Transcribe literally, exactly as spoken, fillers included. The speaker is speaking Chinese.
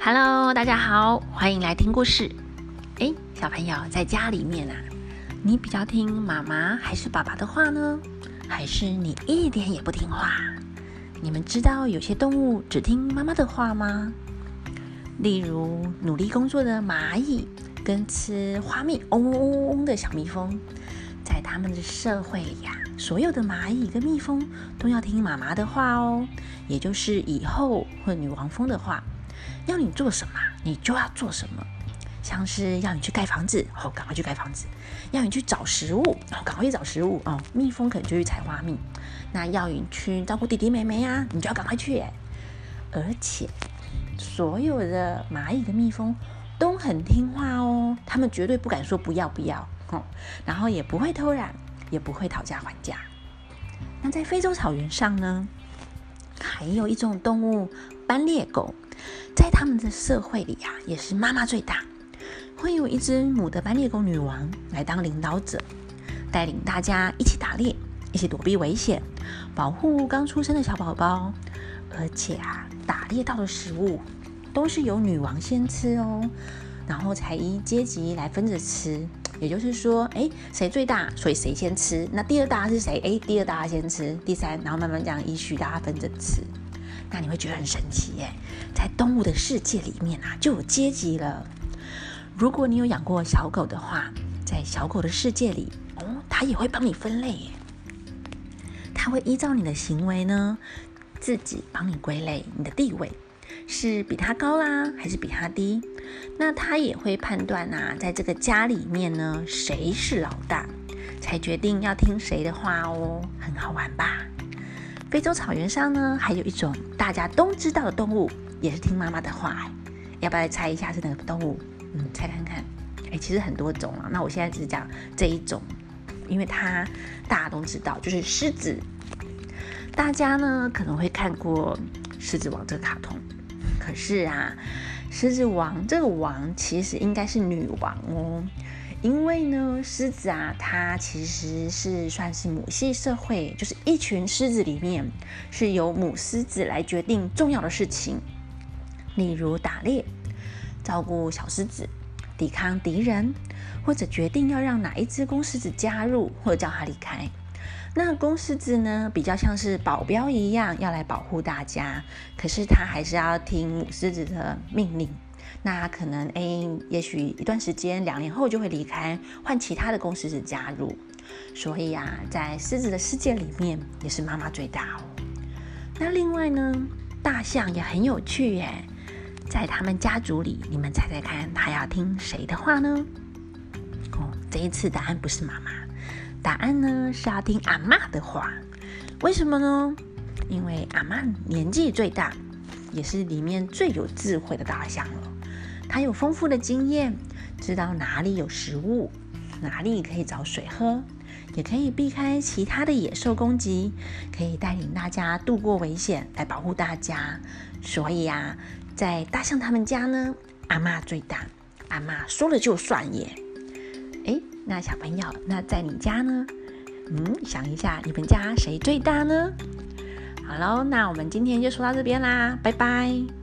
Hello， 大家好，欢迎来听故事。诶，小朋友，在家里面啊，你比较听妈妈还是爸爸的话呢？还是你一点也不听话？你们知道有些动物只听妈妈的话吗？例如努力工作的蚂蚁跟吃花蜜嗡嗡嗡嗡的小蜜蜂，在他们的社会里啊，所有的蚂蚁跟蜜蜂都要听妈妈的话哦，也就是蚁后或女王蜂的话。要你做什么你就要做什么，像是要你去盖房子哦，赶快去盖房子；要你去找食物哦，赶快去找食物哦。蜜蜂可能就去采花蜜，那要你去照顾弟弟妹妹啊，你就要赶快去耶。而且所有的蚂蚁跟蜜蜂都很听话哦，他们绝对不敢说不要不要哦，然后也不会偷懒，也不会讨价还价。那在非洲草原上呢，还有一种动物斑鬣狗，在他们的社会里啊，也是妈妈最大，会有一只母的斑鬣狗女王来当领导者，带领大家一起打猎，一起躲避危险，保护刚出生的小宝宝。而且啊，打猎到的食物都是由女王先吃哦，然后才依阶级来分着吃。也就是说，哎，谁最大，所以谁先吃。那第二大是谁？哎，第二大先吃，第三，然后慢慢这样依序大家分着吃。那你会觉得很神奇耶，在动物的世界里面啊，就有阶级了。如果你有养过小狗的话，在小狗的世界里，哦，它也会帮你分类耶。它会依照你的行为呢，自己帮你归类你的地位，是比它高啦，还是比它低？那它也会判断啊，在这个家里面呢，谁是老大，才决定要听谁的话哦，很好玩吧？非洲草原上呢，还有一种大家都知道的动物，也是听妈妈的话。要不要来猜一下是哪个动物？嗯，猜看看。哎，其实很多种啊，那我现在只讲这一种，因为它大家都知道，就是狮子。大家呢可能会看过《狮子王》这个卡通，可是啊，狮子王这个王其实应该是女王哦。因为呢，狮子啊，它其实是算是母系社会，就是一群狮子里面是由母狮子来决定重要的事情，例如打猎、照顾小狮子、抵抗敌人，或者决定要让哪一只公狮子加入，或者叫它离开。那公狮子呢，比较像是保镖一样，要来保护大家，可是它还是要听母狮子的命令。那可能诶，也许一段时间，两年后就会离开，换其他的公狮子加入。所以啊，在狮子的世界里面，也是妈妈最大哦。那另外呢，大象也很有趣耶。在他们家族里，你们猜猜看，他要听谁的话呢？哦，这一次答案不是妈妈，答案呢是要听阿嬷的话。为什么呢？因为阿嬷年纪最大，也是里面最有智慧的大象了。他有丰富的经验，知道哪里有食物，哪里可以找水喝，也可以避开其他的野兽攻击，可以带领大家度过危险，来保护大家。所以啊，在大象他们家呢，阿嬷最大，阿嬷说了就算耶。诶，那小朋友，那在你家呢？嗯，想一下，你们家谁最大呢？好咯，那我们今天就说到这边啦，拜拜。